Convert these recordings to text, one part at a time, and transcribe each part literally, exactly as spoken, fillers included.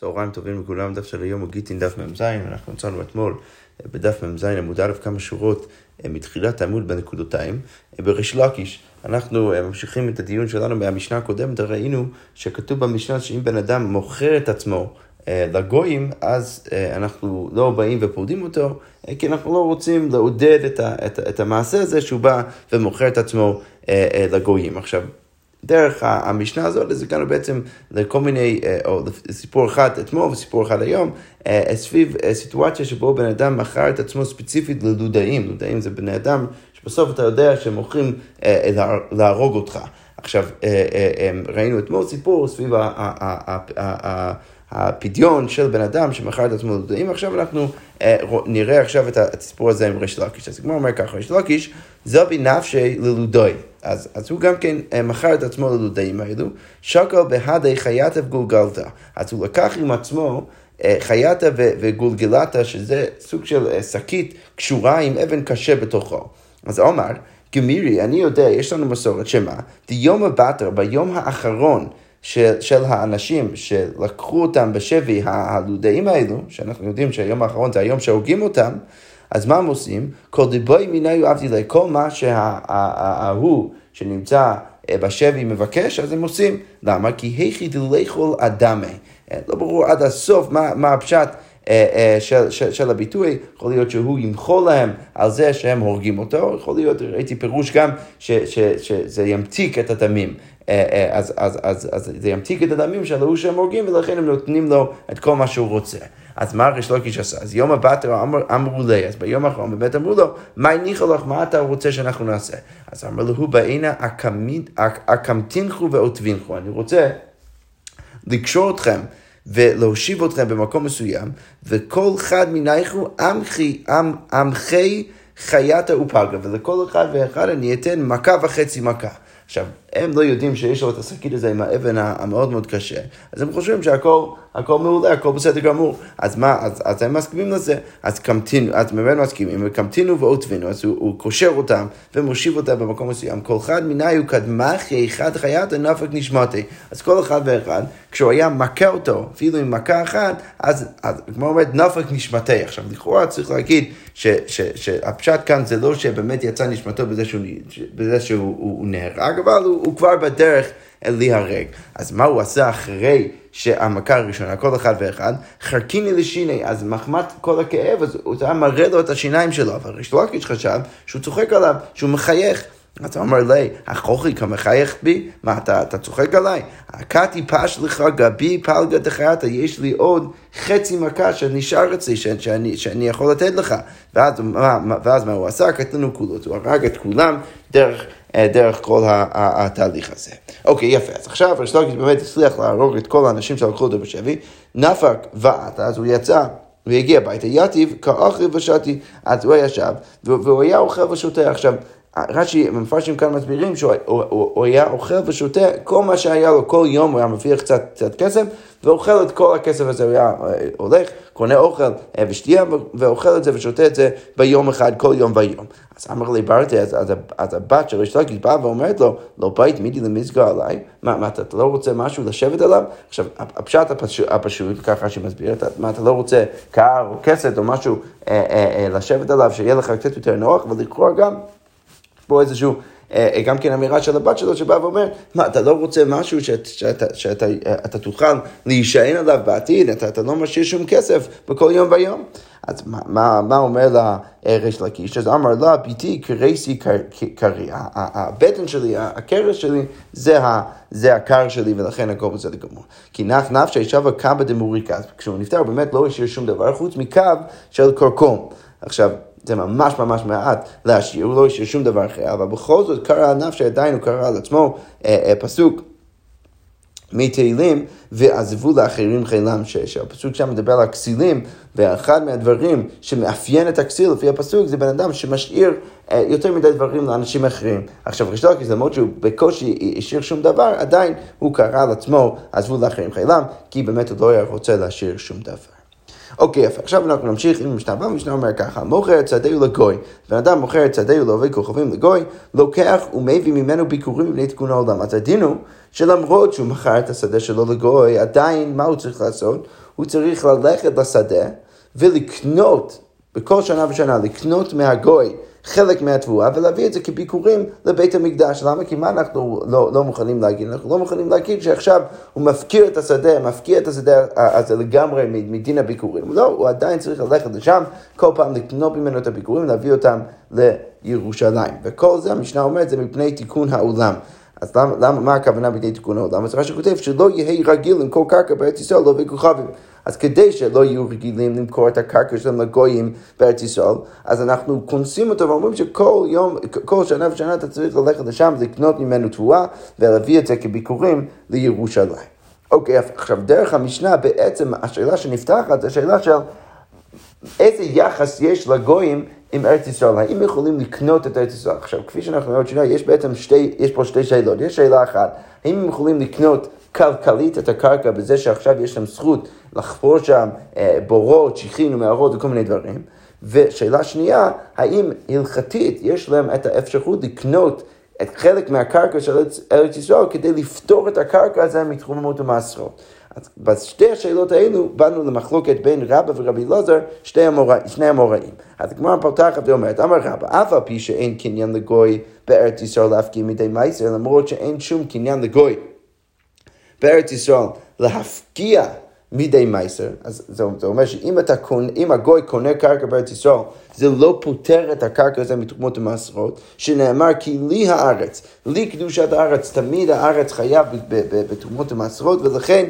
צהריים טובים לכולם, דף של היום הוא גיטין דף ממזין, אנחנו נצאנו אתמול בדף ממזין עמוד א' כמה שורות מתחילת העמוד בנקודותיים. בריש לקיש אנחנו ממשיכים את הדיון שלנו מהמשנה הקודמת, ראינו שכתוב במשנה שאם בן אדם מוכר את עצמו לגויים, אז אנחנו לא באים ופורדים אותו, כי אנחנו לא רוצים לעודד את, ה, את, את המעשה הזה שהוא בא ומוכר את עצמו לגויים. עכשיו, דרך המשנה הזאת, זה כאן בעצם לכל מיני, או סיפור אחד אתמול וסיפור אחד היום, סביב סיטואציה שבו בן אדם מכר את עצמו ספציפית ללודאים. לודאים זה בני אדם שבסוף אתה יודע שהם מוכרים להרוג אותך. עכשיו, ראינו אתמול סיפור סביב הפדיון של בן אדם שמכר את עצמו ללודאים. עכשיו אנחנו נראה עכשיו את הסיפור הזה עם ריש לקיש. אז כמו אומר ככה, ריש לקיש, זו בנפשי ללודאי. אז, אז הוא גם כן מכר את עצמו ללודאים האלו, שקל בהדי חייתה וגולגלתה. אז הוא לקח עם עצמו חייתה וגולגלתה, שזה סוג של שקית קשורה עם אבן קשה בתוכו. אז אומר, גמירי, אני יודע, יש לנו מסורת שמה, דיום הבטר, ביום האחרון של, של האנשים שלקחו אותם בשבי הלודאים האלו, שאנחנו יודעים שהיום האחרון זה היום שהוגים אותם, אז מה הם עושים? כל דיבוי מיני אהבתי לי, כל מה שההוא שנמצא בשבי מבקש, אז הם עושים. למה? כי היכי דלכול אדמי. לא ברור עד הסוף מה, מה הפשט של, של, של הביטוי. יכול להיות שהוא ימחול להם על זה שהם הורגים אותו. יכול להיות, ראיתי פירוש גם ש, ש, שזה ימתיק את הדמים. אז, אז, אז, אז זה ימתיק את הדמים של ההוא שהם הורגים, ולכן הם נותנים לו את כל מה שהוא רוצה. אז מה ריש לקיש עשה? אז יום הבטר אמר, אמרו לי, אז ביום האחרון באמת אמרו לו, מה הניחו לך, מה אתה רוצה שאנחנו נעשה? אז אמר לו, בעינה אקמתינכו ועוטבינכו, אני רוצה לקשור אתכם ולהושיב אתכם במקום מסוים, וכל אחד מנייכו עמכי, עמכי חייתה ופגה, ולכל אחד ואחד אני אתן מכה וחצי מכה. עכשיו, הם לא יודעים שיש לו את השקית הזה עם האבן המאוד מאוד קשה, אז הם חושבים שהכל הכל מעולה, הכל בסדר גמור. אז מה, אז, אז הם מסכימים לזה, אז קמתינו, אז ממנו מסכימים, קמתינו ועוטבינו, אז הוא, הוא קושר אותם ומושיב אותם במקום מסוים. כל אחד מיני הוא קדמחי, אחד חייתה נפק נשמתי. אז כל אחד ואחד, כשהוא היה מכה אותו, אפילו עם מכה אחת, אז, אז כמו אומרת, נפק נשמתי. עכשיו, לכאורה צריך להגיד ש, ש, שהפשט כאן זה לא שבאמת יצא נשמתו בזה שהוא, בזה שהוא הוא, הוא נהרג, אבל הוא, הוא כבר בדרך להיהרג. אז מה הוא עשה אחרי שהמכה הראשונה, כל אחד ואחד, חרקיני לשיני, אז מחמת כל הכאב, אז הוא היה מראה לו את השיניים שלו, אבל ריש לקיש חשב שהוא צוחק עליו, שהוא מחייך. אתה אומר לי, החוכי כמחייך בי? מה, אתה, אתה צוחק עליי? הקעתי פש לך גבי פלגה דחייתה, יש לי עוד חצי מכה שנשאר אצלי, שאני, שאני יכול לתת לך. ואז, מה, ואז מה הוא עשה? קטנו כולות, הוא הרג את כולם דרך, דרך כל התהליך הזה. אוקיי, יפה. אז עכשיו ריש לקיש באמת הצליח להרוג את כל האנשים שלקחו אותו בשבי, נפק ועת, אז הוא יצא, הוא הגיע הביתה, יתיב, כאוכלי ושתי, אז הוא ישב, והוא היה אוכל ושותה. עכשיו, רש"י, מפרשים כאן מסבירים שהוא הוא, הוא, הוא היה אוכל ושותה כל מה שהיה לו, כל יום הוא היה מביא קצת, קצת כסף, ואוכל את כל הכסף הזה, הוא היה הולך, קונה אוכל ושתייה, ואוכל את זה ושותה את זה ביום אחד, כל יום ויום. אז אמר לי ברתי, אז, אז, אז הבת של ריש לקיש באה ואומרת לו, לא בית מידי למסגר עליי, מה, מה, אתה לא רוצה משהו לשבת עליו? עכשיו, הפשט הפשוט, הפשוט ככה שמסביר, מה, אתה לא רוצה קר או כסת או משהו אה, אה, אה, לשבת עליו, שיהיה לך קצת יותר נוח, ולקרוא גם, פה איזשהו, גם כן אמירה של הבת שלו שבא ואומר, מה, אתה לא רוצה משהו שאתה, שאתה, שאתה, אתה תוכל להישען עליו בעתיד, אתה, אתה לא משאיר שום כסף בכל יום ויום. אז מה, מה, מה אומר לה ריש לקיש? אז אמר לה, ביתי קרסי קרי, הבטן שלי, הקרס שלי, זה, זה הקר שלי, ולכן הכל בסדר גמור. כי נח נפשי שווה קבא דמוריקה, כשהוא נפטר, הוא באמת לא השאיר שום דבר, חוץ מקו של קורקום. עכשיו, זה ממש ממש מעט להשאיר, הוא לא השאיר שום דבר אחר, אבל בכל זאת קרא על נפשי, עדיין הוא קרא על עצמו אה, אה, פסוק מתהילים, ועזבו לאחרים חילם, שהפסוק שם מדבר על הכסילים, ואחד מהדברים שמאפיין את הכסיל לפי הפסוק, זה בן אדם שמשאיר אה, יותר מדי דברים לאנשים אחרים. עכשיו ריש לקיש, למרות שהוא בקושי השאיר שום דבר, עדיין הוא קרא על עצמו, עזבו לאחרים חילם, כי באמת הוא לא היה רוצה להשאיר שום דבר. אוקיי, יפה. עכשיו אנחנו נמשיך עם המשנה הבאה, המשנה אומר ככה, מוכר את שדהו לגוי. בן אדם מוכר את שדהו לעובד כוכבים לגוי, לוקח ומביא ממנו ביקורים מבני תיקון העולם. אז הדין הוא שלמרות שהוא מכר את השדה שלו לגוי, עדיין מה הוא צריך לעשות? הוא צריך ללכת לשדה ולקנות, בכל שנה ושנה, לקנות מהגוי חלק מהתבואה, ולהביא את זה כביקורים לבית המקדש. למה? כי מה אנחנו לא, לא מוכנים להגיד? אנחנו לא מוכנים להגיד שעכשיו הוא מפקיר את השדה, מפקיר את השדה הזה לגמרי מדין הביקורים. לא, הוא עדיין צריך ללכת לשם, כל פעם לקנות ממנו את הביקורים, להביא אותם לירושלים. וכל זה, המשנה אומרת, זה מפני תיקון העולם. אז למה, למה, מה הכוונה מפני תיקון העולם? אז רש"י כותב שלא יהיה רגיל למכור קרקע בארץ ישראל, לא בכוכבים. אז כדי שלא יהיו רגילים למכור את הקרקע שלהם לגויים בארץ ישראל, אז אנחנו כונסים אותו ואומרים שכל יום, כל שנה ושנה אתה צריך ללכת לשם, לקנות ממנו תבואה, ולהביא את זה כביקורים לירושלים. אוקיי, עכשיו דרך המשנה בעצם השאלה שנפתחת, זה השאלה של איזה יחס יש לגויים עם ארץ ישראל, האם יכולים לקנות את ארץ ישראל? עכשיו, כפי שאנחנו רואים שנייה, יש בעצם שתי, יש פה שתי שאלות. יש שאלה אחת, האם הם יכולים לקנות כלכלית את הקרקע בזה שעכשיו יש להם זכות לחפור שם אה, בורות, שיחים ומערות וכל מיני דברים? ושאלה שנייה, האם הלכתית יש להם את האפשרות לקנות את חלק מהקרקע של ארץ ישראל כדי לפתור את הקרקע הזה מתרומות ומעשרות? אז בשתי השאלות האלו באנו למחלוקת בין רבא ורבי אלעזר, שני המוראים. אז הגמרא פותחת ואומרת, אמר רבא, אף על פי שאין קניין לגוי בארץ ישראל להפקיע מידי מייסר, למרות שאין שום קניין לגוי בארץ ישראל להפקיע מידי מייסר, אז זה, זה אומר שאם אתה קונה, אם הגוי קונה קרקע בארץ ישראל, זה לא פותר את הקרקע הזה מתרומות ומעשרות, שנאמר כי לי הארץ, לי קדושת הארץ, תמיד הארץ חייב בתרומות ומעשרות, ולכן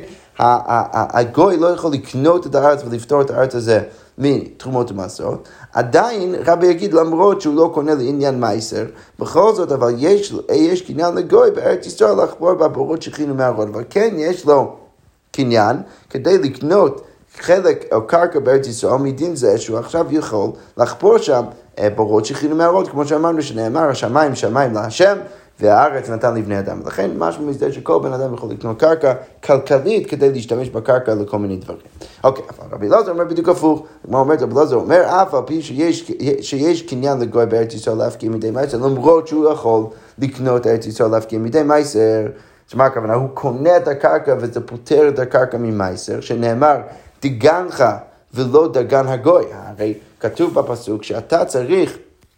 הגוי לא יכול לקנות את הארץ ולפתור את הארץ הזה מתרומות ומעשרות. עדיין רבי יגיד למרות שהוא לא קונה לעניין מייסר, בכל זאת אבל יש, יש קניין לגוי בארץ ישראל לחפור בבורות שיחין ומערות, אבל כן יש לו קניין כדי לקנות חלק או קרקע בארץ ישראל מדין זה שהוא עכשיו יכול לחפור שם בורות שיחין ומערות, כמו שאמרנו שנאמר השמיים שמיים להשם והארץ נתן לבני אדם. לכן משהו מזה שכל בן אדם יכול לקנות קרקע כלכלית כדי להשתמש בקרקע לכל מיני דברים. אוקיי, אבל רבי אלעזר אומר בדיוק הפוך. כמו אומרת רבי אלעזר אומר, אף על פי שיש, שיש קניין לגוי בארץ ישראל להפקיע מידי מייסר, למרות שהוא יכול לקנות ארץ ישראל להפקיע מידי מייסר, שמה הכוונה? הוא קונה את הקרקע וזה פותר את הקרקע ממייסר, שנאמר, דגנך ולא דגן הגוי. הרי כתוב בפסוק שאתה צריך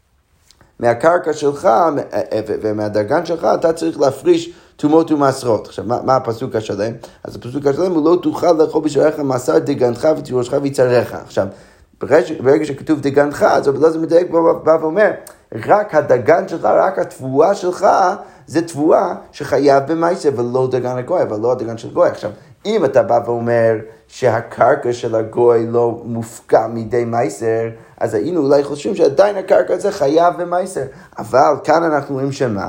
מהקרקע שלך ומהדגן שלך, אתה צריך להפריש תרומות ומעשרות. עכשיו, מה, מה הפסוק השלם? אז הפסוק השלם הוא לא תוכל לאכול בשעריך מעשר דגנך ותירושך ויצריך. עכשיו, ברגע שכתוב דגנך, אז רבי אלעזר מדייק בא ואומר, רק הדגן שלך, רק התבואה שלך, זה תבואה שחייב במייסר ולא דגן הגוי, אבל לא הדגן של גוי. עכשיו, אם אתה בא ואומר שהקרקע של הגוי לא מופקע מידי מייסר, אז היינו אולי חושבים שעדיין הקרקע הזה חייב במייסר. אבל כאן אנחנו רואים שמה?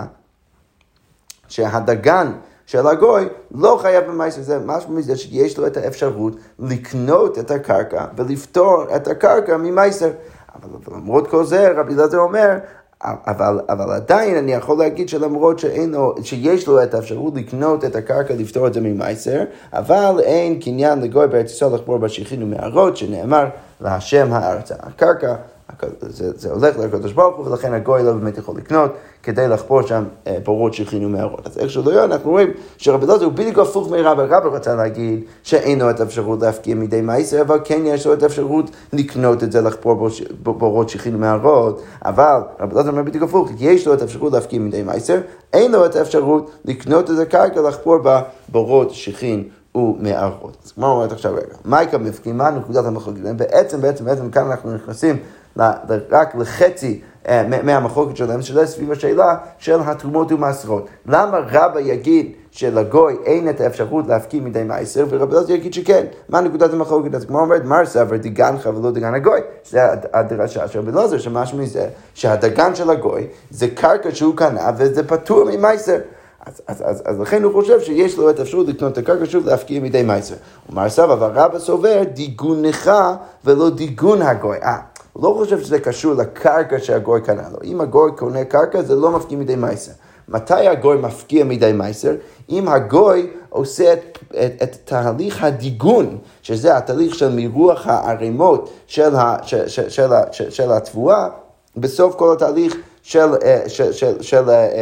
שהדגן של הגוי לא חייב במייסר. זה משהו מזה שיש לו את האפשרות לקנות את הקרקע ולפתור את הקרקע ממייסר. אבל למרות כל זה, רבי אלעזר אומר, אבל, אבל עדיין אני יכול להגיד שלמרות שאין, שיש לו את האפשרות לקנות את הקרקע לפתור את זה ממייסר, אבל אין קניין לגוי בארץ ישראל לחפור בשיחין ומערות, שנאמר להשם הארץ. הקרקע, זה, זה הולך לקדוש ברוך הוא, ולכן הגוי לא באמת יכול לקנות כדי לחפור שם בורות שיחין ומערות. אז איך שלא יהיה, אנחנו רואים שרבי אלעזר הוא בדיוק הפוך מרבא. רבא רצה להגיד שאין לו את האפשרות להפקיע מידי מייסר, אבל כן יש לו את האפשרות לקנות את זה לחפור בורות שיחין ומערות. אבל רבי אלעזר אומר בדיוק הפוך, יש לו את האפשרות להפקיע מידי מייסר, אין לו את האפשרות לקנות את הקרקע לחפור בבורות שיחין ומערות. אז כמו אומרת עכשיו רגע, מה יקרה מפקיעים? מה נקודת המחלוקת? בעצם, בעצם, בעצם כאן אנחנו נכנסים רק לחצי מהמחלוקת שלהם, שזה סביב השאלה של התרומות ומעשרות. למה רבא יגיד שלגוי אין את האפשרות להפקיע מידי מייסר, ורבי אלעזר יגיד שכן? מה נקודת המחלוקת? אז כמו אומרת, מר סבר דגנך ולא דגן הגוי. זה הדרשה של רבי אלעזר, שמשהו מזה שהדגן של הגוי זה קרקע שהוא קנה וזה פטור ממייסר. אז, אז, אז, אז לכן הוא חושב שיש לו את האפשרות לקנות את הקרקע שוב להפקיע מידי מייסר. ומר סבר, אבל רבא סובר דיגונך ולא דיגון הגוי. אה, הוא לא חושב שזה קשור לקרקע שהגוי קנה לו. אם הגוי קונה קרקע, זה לא מפקיע מידי מייסר. מתי הגוי מפקיע מידי מייסר? אם הגוי עושה את, את, את תהליך הדיגון, שזה התהליך של מירוח הערימות של, ה, של, של, של, של, של התבואה, בסוף כל התהליך של, של, של, של,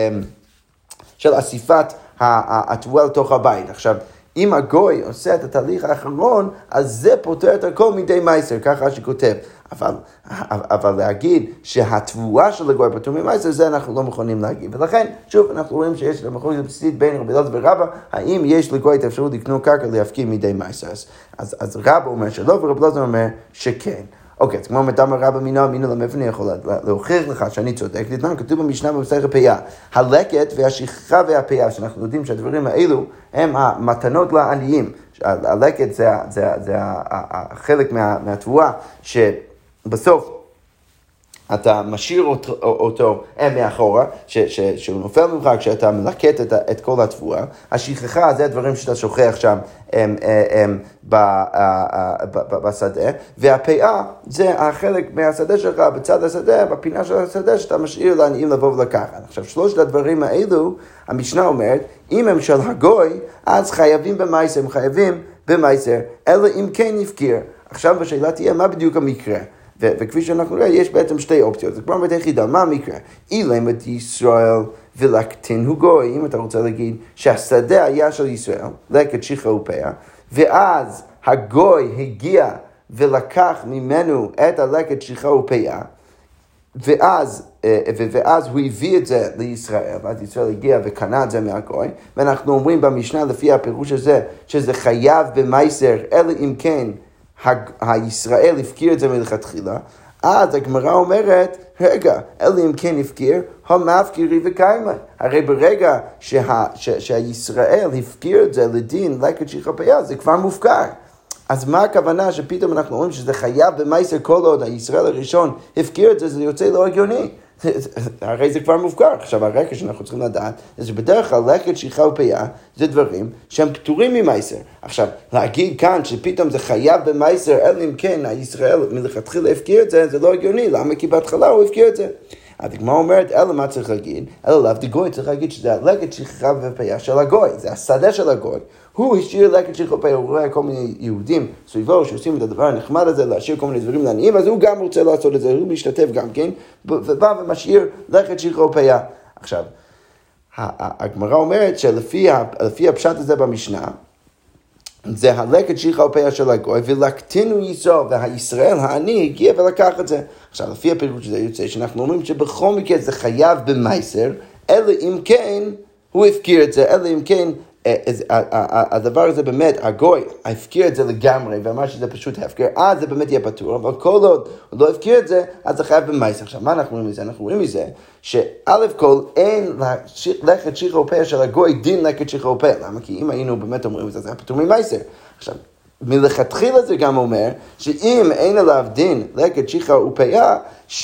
של אסיפת התבואה לתוך הבית. עכשיו, אם הגוי עושה את התהליך האחרון, אז זה פותר את הכל מידי מייסר, ככה שכותב. אבל, אבל להגיד שהתבואה של הגוי פטור ממייסר, זה אנחנו לא מוכנים להגיד. ולכן, שוב, אנחנו רואים שיש למחלוקת בסיסית בין רבי אלעזר ורבא, האם יש לגוי את האפשרות לקנות קרקע להפקיע מידי מייסר. אז, אז רבא אומר שלא, ורבי אלעזר אומר שכן. אוקיי, אז כמו מתאמר רבא מינו, מינו למאיפה אני יכול להוכיח לך שאני צודק. לדמן, כתוב במשנה במסכת פאה, הלקט והשכחה והפאה, שאנחנו יודעים שהדברים האלו הם המתנות לעניים. הלקט זה, זה, זה החלק מה, מהתבואה שבסוף אתה משאיר אותו, אותו מאחורה, ש, ש, שהוא נופל ממך כשאתה מלקט את, את כל התבואה. השכחה זה הדברים שאתה שוכח שם הם, הם, ב, ב, ב, בשדה, והפאה זה החלק מהשדה שלך בצד השדה, בפינה של השדה שאתה משאיר לעניים לבוא ולקחת. עכשיו שלושת הדברים האלו, המשנה אומרת, אם הם של הגוי, אז חייבים במייסר, הם חייבים במייסר, אלא אם כן נפקיר. עכשיו בשאלה תהיה מה בדיוק המקרה. ו- וכפי שאנחנו רואים, יש בעצם שתי אופציות. זה כבר בית היחידה, מה המקרה? אילם את ישראל ולקטין הוא גוי, אם אתה רוצה להגיד שהשדה היה של ישראל, לקט שכחה ופאה, ואז הגוי הגיע ולקח ממנו את הלקט שכחה ופאה, ואז, ואז הוא הביא את זה לישראל, ואז ישראל הגיע וקנה את זה מהגוי, ואנחנו אומרים במשנה לפי הפירוש הזה, שזה חייב במייסר, אלא אם כן, הישראל הפקיר את זה מלכתחילה, אז הגמרא אומרת, רגע, אלא אם כן הפקיר, המפקירי וקיימה. הרי ברגע שה, ש, שהישראל הפקיר את זה לדין לקט שכחה ופאה, זה כבר מופקר. אז מה הכוונה שפתאום אנחנו אומרים שזה חייב במייסר כל עוד הישראל הראשון הפקיר את זה, זה יוצא לא הגיוני. הרי זה כבר מופקר. עכשיו הרקע שאנחנו צריכים לדעת, זה שבדרך כלל לקט שכחה ופאה זה דברים שהם פטורים ממייסר. עכשיו, להגיד כאן שפתאום זה חייב במייסר, אלא אם כן הישראל מלכתחילה הפקיר את זה, זה לא הגיוני. למה? כי בהתחלה הוא הפקיר את זה. הדגמרא אומרת, אלא מה צריך להגיד? אלא לאו דגוי, צריך להגיד שזה הלקט שכחה ופאה של הגוי, זה השדה של הגוי. הוא השאיר לקט שכחה ופאה, הוא רואה כל מיני יהודים סביבו שעושים את הדבר הנחמד הזה, להשאיר כל מיני דברים לעניים, אז הוא גם רוצה לעשות את זה, הוא משתתף גם כן, ובא ומשאיר לקט שכחה ופאה. עכשיו, הגמרא אומרת שלפי הפשט הזה במשנה, זה הלקט שכחה ופאה של הגוי, ולקטינו ישראל, והישראל העני הגיע ולקח את זה. עכשיו, לפי הפירוש הזה יוצא שאנחנו אומרים שבכל מקרה זה חייב במייסר, אלא אם כן הוא הפקיר את זה, אלא אם כן הדבר הזה באמת, הגוי הפקיר את זה לגמרי, ואמר שזה פשוט הפקיר, אז זה באמת יהיה פטור, אבל כל עוד הוא לא הפקיר את זה, אז זה חייב במייסר. עכשיו, מה אנחנו רואים מזה? אנחנו רואים מזה שא' כל אין לקט שכחה ופאה של הגוי דין לקט שכחה ופאה. למה? כי אם היינו באמת אומרים את זה, זה היה פטור ממייסר. עכשיו, מלכתחילה זה גם אומר שאם אין עליו דין לקט שכחה ופאה,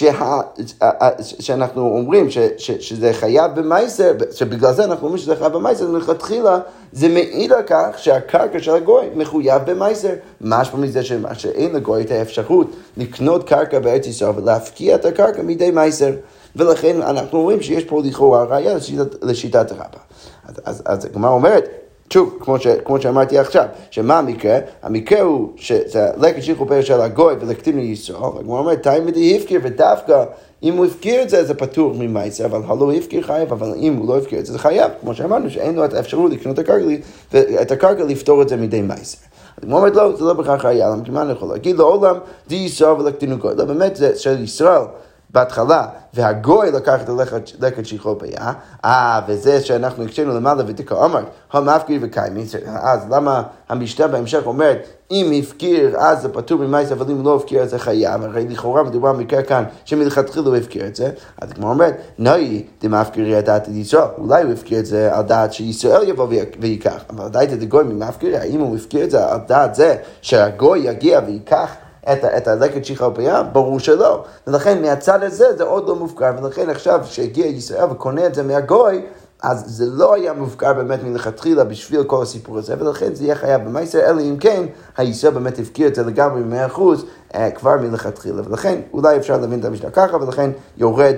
שאנחנו אומרים שזה חייב במייסר, שבגלל זה אנחנו אומרים שזה חייב במייסר, מלכתחילה זה מעיד על כך שהקרקע של הגוי מחויב במייסר. משמע מזה שאין לגוי את האפשרות לקנות קרקע בארץ ישראל ולהפקיע את הקרקע מידי מייסר. ולכן אנחנו אומרים שיש פה לכאורה ראיה לשיטת רבא. אז, אז, אז הגמרא אומרת, שוב, כמו, ש, כמו שאמרתי עכשיו, שמה המקרה? המקרה הוא שזה לקט שכחה ופאה של הגוי ולקטינו ישראל, הגמרא אומרת, תימא הפקיר, ודווקא אם הוא הפקיר את זה, זה פטור ממייסר, אבל הלא הפקיר חייב, אבל אם הוא לא הפקיר את זה, זה חייב, כמו שאמרנו, שאין לו את האפשרות לקנות את הקרקע, ואת הקרקע לפתור את זה מידי מייסר. הגמרא אומרת, לא, זה לא בכך ראיה, למה כמעט אני יכול להגיד לעולם, די ישראל ולקטינו גוי, לא, באמת זה של ישראל, בהתחלה, והגוי לקח את הלקט שכחה ופאה, אה, וזה שאנחנו הקשינו למעלה ותקה אמרת, המפקיר וקיימי, אז למה המשנה בהמשך אומרת, אם הפקיר אז זה פטור ממייסר, אבל אם לא הפקיר אז זה חייב, הרי לכאורה מדובר במקרה כאן, שמלכתחילה הוא הפקיר את זה, אז כמו אומרת, נאי, דמפקיר ידעת את ישראל, אולי הוא הפקיר את זה על דעת שישראל יבוא ויקח, אבל עדיין את הגוי ממפקיר, האם הוא הפקיר את זה על דעת זה, שהגוי יגיע ויקח, את, את הלקט שכחה ופאה, ברור שלא. ולכן מהצד הזה זה עוד לא מופקר, ולכן עכשיו שהגיע ישראל וקונה את זה מהגוי, אז זה לא היה מופקר באמת מלכתחילה בשביל כל הסיפור הזה, ולכן זה יהיה חייב במייסר, אלא אם כן, הישראל באמת הפקיר את זה לגמרי ב-מאה אחוז כבר מלכתחילה, ולכן אולי אפשר להבין את המשנה ככה, ולכן יורד,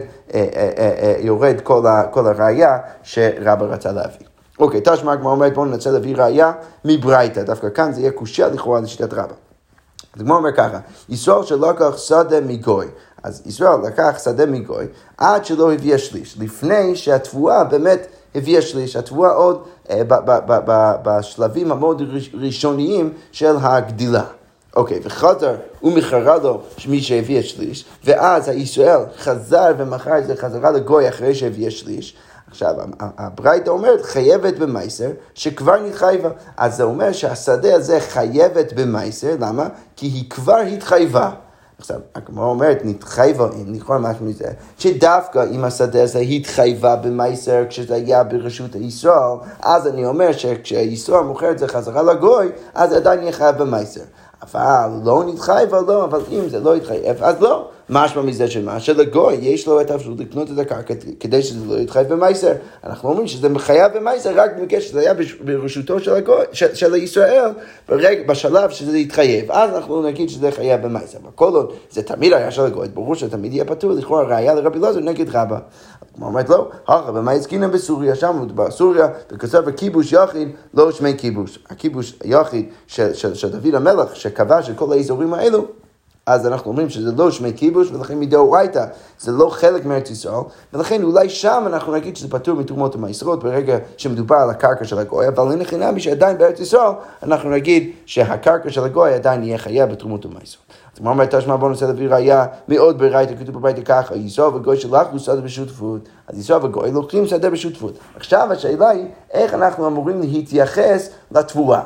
יורד כל, ה, כל הראייה שרבא רצה להביא. אוקיי, תשמע הגמרא אומרת, בואו ננסה להביא ראייה מברייתא, דווקא כאן זה יהיה קושיה לכאורה לשיטת רבא. הגמרא אומר ככה, ישראל שלקח שדה מגוי, אז ישראל לקח שדה מגוי עד שלא הביא שליש, לפני שהתבואה באמת הביאה שליש, התבואה עוד אה, ב- ב- ב- ב- בשלבים המאוד ראשוניים של הגדילה. אוקיי, וחזר ומכרה לו מי שהביא שליש, ואז הישראל חזר ומכר את זה חזרה לגוי אחרי שהביא שליש. עכשיו, הברייתא אומרת חייבת במייסר שכבר נתחייבה. אז זה אומר שהשדה הזה חייבת במייסר, למה? כי היא כבר התחייבה. עכשיו, הגמרא אומרת, נתחייבה, נכון משהו מזה, שדווקא אם השדה הזה התחייבה במייסר כשזה היה ברשות הישראל, אז אני אומר שכשישראל מוכר את זה חזרה לגוי, אז עדיין יהיה חייב במייסר. אבל לא נתחייבה, לא, אבל אם זה לא יתחייב, אז לא. משמע מזה שמה? שלגוי יש לו את האפשרות לקנות את הקרקע כדי שזה לא יתחייב במייסר. אנחנו אומרים שזה חייב במייסר רק במקרה שזה היה ברשותו של, הגוי, של, של ישראל ברגע, בשלב שזה יתחייב. אז אנחנו נגיד שזה חייב במייסר. וכל עוד זה תמיד היה של הגוי, ברור שתמיד יהיה פטור, לכאורה ראיה לרבי אלעזר נגד רבא. כמו אומרת לו, הכה, ומה הזכינה בסוריה? שם בסוריה, וכתב הכיבוש יחיד, לא שמי כיבוש. הכיבוש יחיד של, של, של דוד המלך, שקבע של כל האזורים האלו, אז אנחנו אומרים שזה לא שמי כיבוש, ולכן מדאורייתא זה לא חלק מארץ ישראל, ולכן אולי שם אנחנו נגיד שזה פטור מתרומות ומעשרות ברגע שמדובר על הקרקע של הגוי, אבל אין חינמי שעדיין בארץ ישראל אנחנו נגיד שהקרקע של הגוי עדיין יהיה חייב בתרומות ומעשרות. אז מה אומרת תשמע, בוא ננסה להביא ראיה מאוד ברייתא, כתוב בברייתא ככה, ישראל וגוי שלחו שדה בשותפות, אז ישראל וגוי לוקחים שדה בשותפות. עכשיו השאלה היא איך אנחנו אמורים להתייחס לתבואה.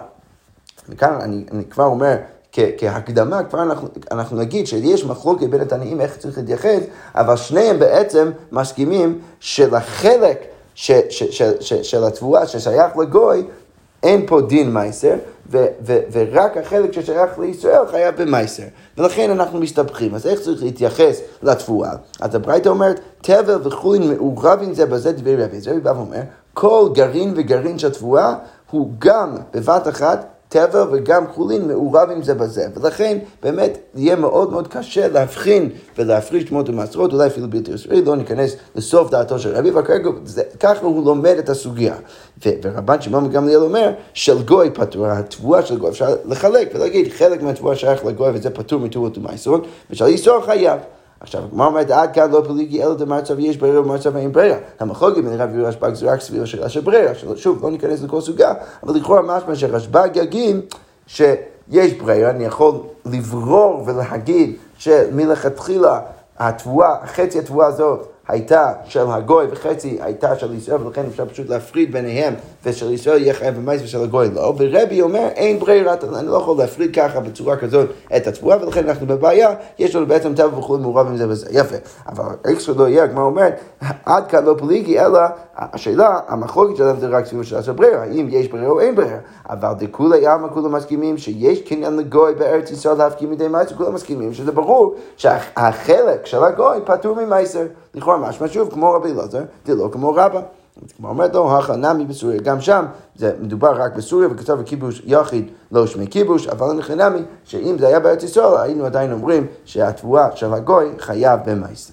וכאן אני, אני כבר אומר, כהקדמה, כבר אנחנו, אנחנו נגיד שיש מחלוקת בין התנאים איך צריך להתייחס, אבל שניהם בעצם מסכימים שלחלק ש, ש, ש, ש, של התבואה ששייך לגוי, אין פה דין מייסר, ו, ו, ורק החלק ששייך לישראל חייב במייסר. ולכן אנחנו מסתבכים. אז איך צריך להתייחס לתבואה? אז הברייתא אומרת, תבל וחולין מעורבים זה בזה דברי רבי. זה רבי אומר, כל גרעין וגרעין של תבואה הוא גם בבת אחת, תבל וגם חולין מעורבים זה בזה, ולכן באמת יהיה מאוד מאוד קשה להבחין ולהפריש תרומות ומעשרות, אולי אפילו בלתי אפשרי, לא ניכנס לסוף דעתו של רבי, וכרגע ככה הוא לומד את הסוגיה. ו- ורבן שמעון גמליאל אומר, של גוי פטור, התבואה של גוי, אפשר לחלק ולהגיד, חלק מהתבואה שייך לגוי וזה פטור מתרומות ומעשרות, ושל ישראל חייב. עכשיו, מה אומרת, עד כאן לא פליגי אלא דמרצה ויש ברירה ומרצה ואין ברירה. המחלוקת בין רבי רשב"ג זה רק סביב השאלה של ברירה. שוב, לא ניכנס לכל סוגיה, אבל לכאורה משמע שרשב"ג יגיד שיש ברירה, אני יכול לברור ולהגיד שמלכתחילה התבואה, חצי התבואה הזאת הייתה של הגוי וחצי הייתה של ישראל, ולכן אפשר פשוט להפריד ביניהם, ושל ישראל יהיה חייב במייס ושל הגוי לא. ורבי אומר, אין ברירה, אני לא יכול להפריד ככה בצורה כזאת את התבואה, ולכן אנחנו בבעיה, יש לנו בעצם טבע וכו' מעורב עם זה וזה. יפה. אבל איך שלא יהיה, כמו אומרת, עד כאן לא פליגי, אלא השאלה, המחלוקת שלהם זה רק סביב השאלה של ברירה, האם יש ברירה או אין ברירה. אבל דכולי עלמא כולם מסכימים שיש קניין לגוי בארץ ישראל להפקיד מידי מייס, וכולם מסכימים שזה ברור שהחלק של הגוי פטור ממייסר. לכאורה משמע שוב, כמו רבי אלעזר, זה לא כמו רבא. כמו אומרת לו, הכה נמי בסוריה, גם שם זה מדובר רק בסוריה, וכתוב הכיבוש יחיד לא שמי כיבוש, אבל אני חנמי שאם זה היה בארץ ישראל, היינו עדיין אומרים שהתבואה של הגוי חייב במייסר.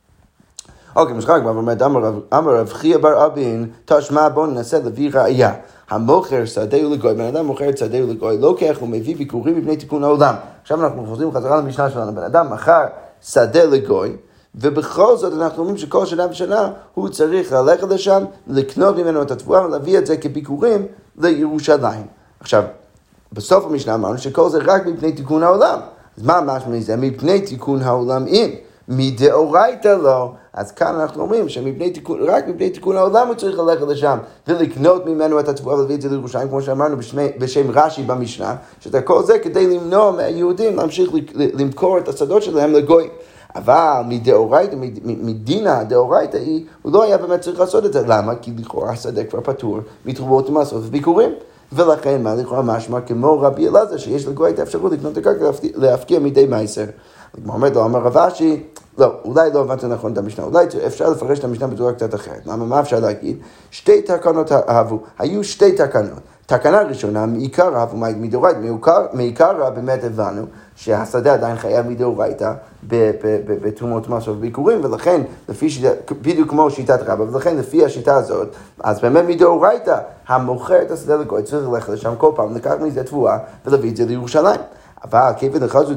אוקיי, משחק, אבל אומרת, אמר רב חייא בר אבין, תשמע בוא ננסה להביא ראיה. המוכר שדה ולגוי, בן אדם מוכר את שדה ולגוי, לא כך הוא מביא ביקורים מפני תיקון העולם. עכשיו אנחנו חוזרים חזרה למשנה שלנו, בן אדם מכר שדה לגוי, ובכל זאת אנחנו אומרים שכל שנה ושנה הוא צריך ללכת לשם, לקנות ממנו את התבואה ולהביא את זה כביקורים לירושלים. עכשיו, בסוף המשנה אמרנו שכל זה רק מפני תיקון העולם. אז מה משמע מזה? מפני תיקון העולם אם. מדאורייתא לא. אז כאן אנחנו אומרים שמפני תיקון, רק מפני תיקון העולם הוא צריך ללכת לשם ולקנות ממנו את התבואה ולהביא את זה לירושלים, כמו שאמרנו בשמי, בשם רש"י במשנה, שזה כל זה כדי למנוע מהיהודים להמשיך למכור את השדות שלהם לגויים. אבל מדאורייתא, מדינה דאורייתא היא, הוא לא היה באמת צריך לעשות את זה. למה? כי לכאורה השדה כבר פטור מתרומות ומעשרות וביקורים. ולכן מה לכאורה משמע כמו רבי אלעזר שיש לגוי את האפשרות לקנות את הקרקע להפקיע מידי מייסר. כמו אומרת לו, אמר רב אשי, לא, אולי לא הבנת נכון את המשנה, אולי אפשר לפרש את המשנה בצורה קצת אחרת. למה, מה אפשר להגיד? שתי תקנות אהבו, היו שתי תקנות. תקנה ראשונה, מעיקר אהבו מדאורייתא, מעיקר באמת הבנו שהשדה עדיין חייב מדאורייתא בתרומות מס וביקורים, ולכן, לפי שיטה, בדיוק כמו שיטת רבא, ולכן לפי השיטה הזאת, אז באמת מדאורייתא, המוכר את השדה לגוי צריך ללכת לשם כל פעם, לקח מזה תבואה ולהביא את זה לירושלים. אבל כיוון דחזו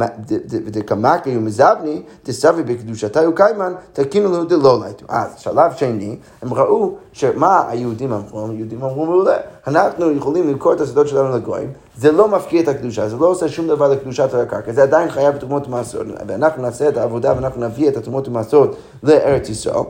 דקמקי ומזבני, תסבי בקדושתה וקיימן, תקינו לו דלא לייטו. אז שלב שני, הם ראו שמה היהודים אמרו, היהודים אמרו מעולה, אנחנו יכולים למכור את השדות שלנו לגויים, זה לא מפקיע את הקדושה, זה לא עושה שום דבר לקדושת הקרקע, זה עדיין חייב בתרומות ומעשרות, ואנחנו נעשה את העבודה ואנחנו נביא את התרומות ומעשרות לארץ ישראל.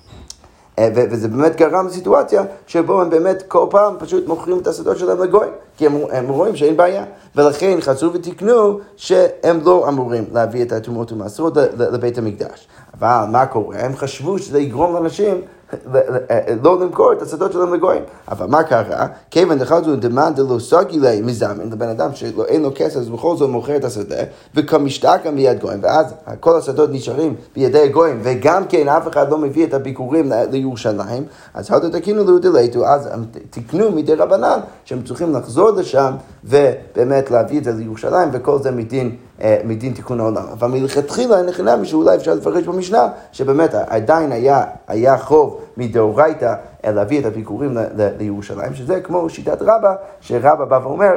וזה באמת גרם לסיטואציה שבו הם באמת כל פעם פשוט מוכרים את השדות שלהם לגויים, כי הם, הם רואים שאין בעיה, ולכן חזרו ותקנו שהם לא אמורים להביא את התרומות ומעשרות לבית המקדש. אבל מה קורה? הם חשבו שזה יגרום לאנשים לא למכור את השדות שלהם לגויים. אבל מה קרה? כיוון דחזו דמאן דלא סגי ליה מזמן, לבן אדם שאין לו כסף, אז בכל זאת מוכר את השדה, וכמשתקם ביד גויים, ואז כל השדות נשארים בידי גויים, וגם כן אף אחד לא מביא את הביקורים לירושלים, אז הודו תקינו לו דלייתו, אז הם תקנו מדי רבנן, שהם צריכים לחזור לשם, ובאמת להביא את זה לירושלים, וכל זה מדין, מדין תיקון העולם. אבל מלכתחילה נכנע משאולי אפשר לפרש במשנה, שבאמת עדיין היה, היה חוב מדאורייתא להביא את הביקורים לירושלים, שזה כמו שיטת רבא, שרבא בא ואומר,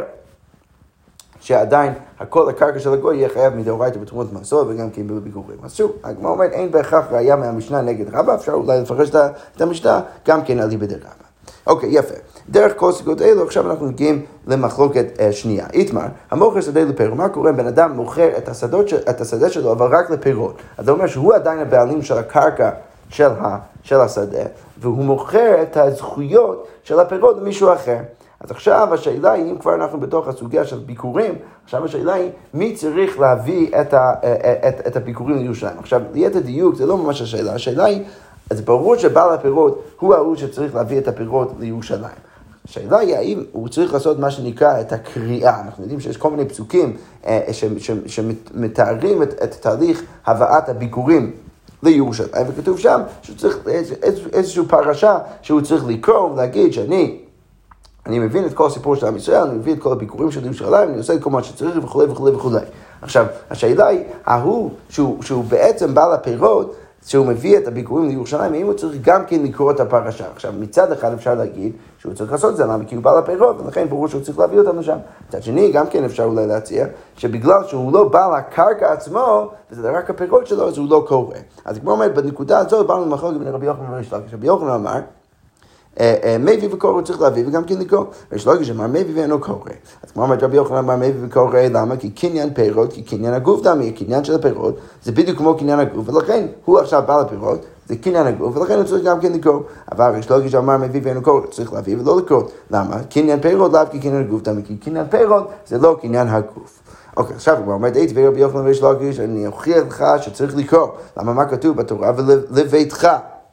שעדיין הכל הקרקע של הגוי יהיה חייב מדאורייתא בתרומות מעשרות וגם כן בביקורים. אז שוב, הגמרא אומרת, אין בהכרח ראיה מהמשנה נגד רבא, אפשר אולי לפרש את המשנה גם כן על ליבדי רבא. אוקיי, יפה. דרך כל סוגיות אלו, עכשיו אנחנו מגיעים למחלוקת uh, שנייה. איתמר, המוכר שדה לפירות, מה קורה? בן אדם מוכר את, השדות, את השדה שלו, אבל רק לפירות. אז זה אומר שהוא עדיין הבעלים של הקרקע של, ה, של השדה, והוא מוכר את הזכויות של הפירות למישהו אחר. אז עכשיו השאלה היא, אם כבר אנחנו בתוך הסוגיה של ביקורים, עכשיו השאלה היא, מי צריך להביא את, ה, את, את הביקורים לירושלים? עכשיו, ליתר דיוק, זה לא ממש השאלה. השאלה היא, אז ברור שבעל הפירות הוא ההוא שצריך להביא את הפירות לירושלים. השאלה היא האם הוא צריך לעשות מה שנקרא את הקריאה. אנחנו יודעים שיש כל מיני פסוקים שמתארים את, את תהליך הבאת הביקורים לירושלים, וכתוב שם שהוא צריך איזושהי פרשה שהוא צריך לקרוא ולהגיד שאני אני מבין את כל הסיפור של עם ישראל, אני מבין את כל הביקורים של ירושלים, אני עושה את כל מה שצריך וכו' וכו' וכו'. עכשיו, השאלה היא, ההוא שהוא, שהוא בעצם בעל הפירות, שהוא מביא את הביקורים לירושלים, האם הוא צריך גם כן לקרוא את הפרשה. עכשיו, מצד אחד אפשר להגיד שהוא צריך לעשות את זה, למה? כי הוא בעל הפירות, ולכן ברור שהוא צריך להביא אותם לשם. מצד שני, גם כן אפשר אולי להציע, שבגלל שהוא לא בעל הקרקע עצמו, וזה רק הפירות שלו, אז הוא לא קורא. אז כמו אומרת, בנקודה הזאת, באנו למחלוקת בין רבי יוחנן וריש לקיש. רבי יוחנן אמר, מביא וקורא הוא צריך להביא וגם כן לקרוא. ריש לקיש אמר מביא ואינו קורא. אז כמו אומרת רבי יוחנן אמר מביא וקורא, למה? כי קניין פירות, כי קניין הגוף דמי, קניין של הפירות, זה בדיוק כמו קניין הגוף, ולכן הוא עכשיו בעל הפירות, זה קניין הגוף, ולכן הוא צריך גם כן לקרוא. אבל ריש לקיש אמר מביא ואינו קורא, צריך להביא ולא לקרוא. למה? קניין פירות לאו כקניין הגוף דמי, כי קניין פירות זה לא קניין הגוף. אוקיי, עכשיו הוא אומר, דייט ורבי יוחנן וריש לקיש, אני אוכיח לך שצריך לקרוא. למה? מה כתוב בתורה? ולביתך.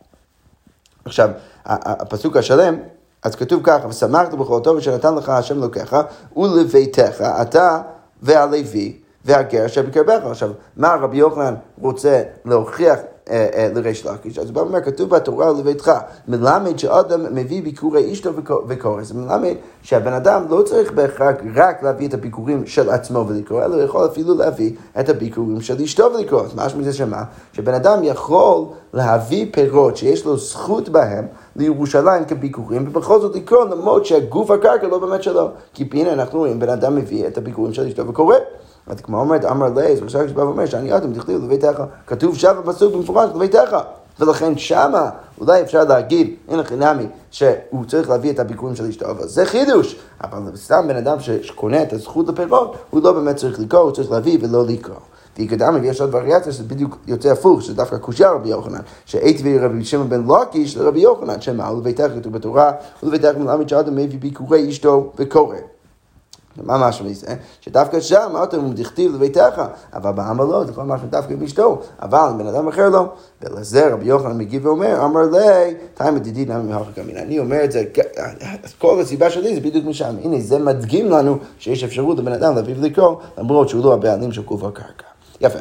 עכשיו, הפסוק השלם, אז כתוב ככה, ושמחת בכל טוב שנתן לך השם אלוקיך, ולביתך, אתה והלוי והגר אשר בקרבך. עכשיו, מה רבי יוחנן רוצה להוכיח לריש לקיש? אז הוא אומר, כתוב בתורה ולביתך, מלמד שאדם מביא ביקורי אשתו וקורא. זה מלמד שהבן אדם לא צריך בהכרח רק להביא את הביקורים של עצמו ולקרוא, אלא הוא יכול אפילו להביא את הביקורים של אשתו ולקרוא. אז משהו מזה שמה? שבן אדם יכול להביא פירות שיש לו זכות בהם לירושלים כביקורים, ובכל זאת לקרוא למרות שהגוף הקרקע לא באמת שלו. כי הנה אנחנו רואים, בן אדם מביא את הביקורים של אשתו וקורא. אז כמו אומרת, אמר לייז, ושאר שבא ואומר, שאני אדם תכתיב לביתך, כתוב שם בפסוק במפורש לביתך. ולכן שמה, אולי אפשר להגיד, אין לכם נמי, שהוא צריך להביא את הביקורים של אשתו, אבל זה חידוש. אבל סתם בן אדם שקונה את הזכות לפירות, הוא לא באמת צריך לקרוא, הוא צריך להביא ולא לקרוא. ויקדם, ויש עוד וריאציה, שזה בדיוק יוצא הפוך, שזה דווקא קושיה רבי יוחנן, שהייתי ורבי שמעון בן לקיש לרבי יוחנן, שמה, ולביתך כתוב בתורה, ולביתך מלמד שאדם מביא ביקורי אשתו וקורא. מה משהו מזה? שדווקא שם, מה אתם דכתיב לביתך? אבל בעם לא, זה כל משהו דווקא באשתו, אבל בן אדם אחר לא. ולזה רבי יוחנן מגיב ואומר, אמר לי, תאי מדידי נמי מהחקה מינה. אני אומר את זה, כל הסיבה שלי זה בדיוק משם. הנה, זה מדגים לנו שיש אפשרות לבן אדם להביא ולקרוא, למרות שהוא לא הבעלים של גוף הקרקע. יפה, אז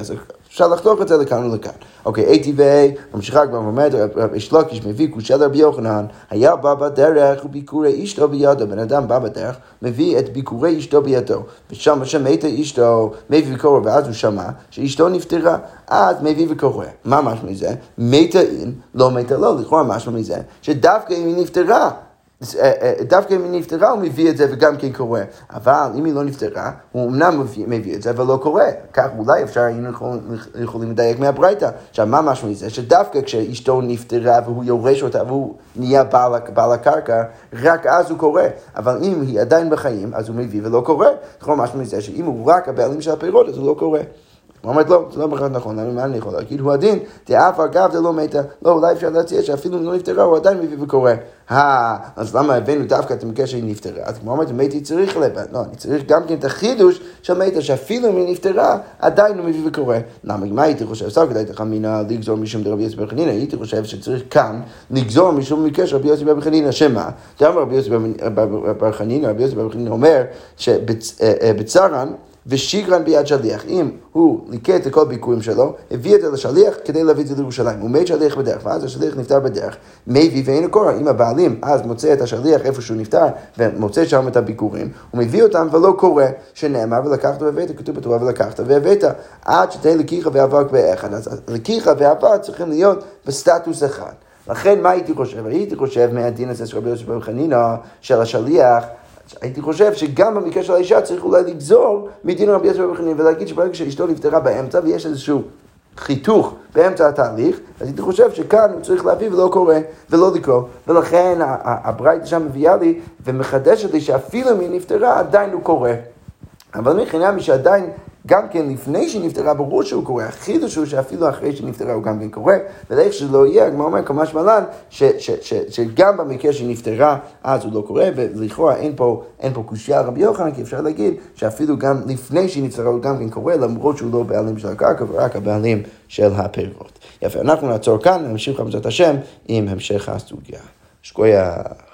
אפשר לחתוך את זה לכאן ולכאן. אוקיי, איתי ואי, ממשיכה כבר ואומרת, יש לוקיש מביא קושי לרבי יוחנן, היה בא בדרך וביקורי אשתו בידו, בן אדם בא בדרך, מביא את ביקורי אשתו בידו, ושם שמעת אשתו, מביא וקורא, ואז הוא שמע שאשתו נפטרה, אז מביא וקורא. מה משמע מזה? מתה אין, לא מתה לא, לכאורה משמע מזה, שדווקא אם היא נפטרה, דווקא אם היא נפטרה הוא מביא את זה וגם כן קורא, אבל אם היא לא נפטרה הוא אמנם מביא, מביא את זה ולא קורא, כך אולי אפשר היינו יכולים לדייק מהברייתא. עכשיו מה משהו מזה? שדווקא כשאשתו נפטרה והוא יורש אותה והוא נהיה בעל, בעל הקרקע, רק אז הוא קורא, אבל אם היא עדיין בחיים אז הוא מביא ולא קורא. נכון, משהו מזה שאם הוא רק הבעלים של הפירות אז הוא לא קורא. הוא אומרת, לא, זה לא בכלל נכון, מה אני יכול להגיד? הוא הדין, תאף אגב זה לא מתה, לא, אולי אפשר להציע שאפילו אם לא נפטרה, הוא עדיין מביא וקורא. אה, אז למה הבאנו דווקא את המקרה שהיא נפטרה? אז כמו אומרת, מתי צריך לב, לא, אני צריך גם כן את החידוש של מתה, שאפילו אם היא נפטרה, עדיין הוא מביא וקורא. למה, מה הייתי חושב? סתם כדאי תחמינה לגזור משום דרבי יוסי בר חנינא, הייתי חושב שצריך כאן לגזור משום מקרה של רבי יוסי בר חנינא, שמה? גם רבי יוסי בר חנינא, רבי יוסי בר חנינא אומר שבצרן, ושיגרן ביד שליח, אם הוא ליקט את כל ביקורים שלו, הביא את זה לשליח כדי להביא את זה לירושלים. הוא מת שליח בדרך, ואז השליח נפטר בדרך. מביא ואין קורא, אם הבעלים אז מוצא את השליח איפה שהוא נפטר, ומוצא שם את הביקורים, הוא מביא אותם ולא קורא, שנאמר ולקחת והבאת, כתוב בתורה ולקחת והבאת, עד שתהיה לקיחה ואבק באחד. אז לקיחה ואבק צריכים להיות בסטטוס אחד. לכן מה הייתי חושב? הייתי חושב מהדין הזה של רבי יוסי בר חנינא של השליח, הייתי חושב שגם במקרה של האישה צריך אולי לגזור מדין רבי יוסי בר חנינא ולהגיד שברגע שאשתו נפטרה באמצע ויש איזשהו חיתוך באמצע התהליך, אז הייתי חושב שכאן הוא צריך להביא ולא קורא ולא לקרוא, ולכן הברייתא שם מביאה לי ומחדשת לי שאפילו אם היא נפטרה עדיין הוא קורא. אבל מבחינה מי שעדיין גם כן לפני שהיא נפטרה ברור שהוא קורא, החידוש הוא שאפילו אחרי שהיא נפטרה הוא גם כן קורא, ולאיך שלא יהיה, הגמרא אומר כמש מלן, שגם במקרה שהיא נפטרה אז הוא לא קורא, ולכאורה אין פה, אין פה קושיה רבי יוחנן, כי אפשר להגיד שאפילו גם לפני שהיא נפטרה הוא גם כן קורא, למרות שהוא לא בעלים של הקרקע, ורק הבעלים של הפירות. יפה, אנחנו נעצור כאן, נמשיך בעזרת השם עם המשך הסוגיה. שקויה.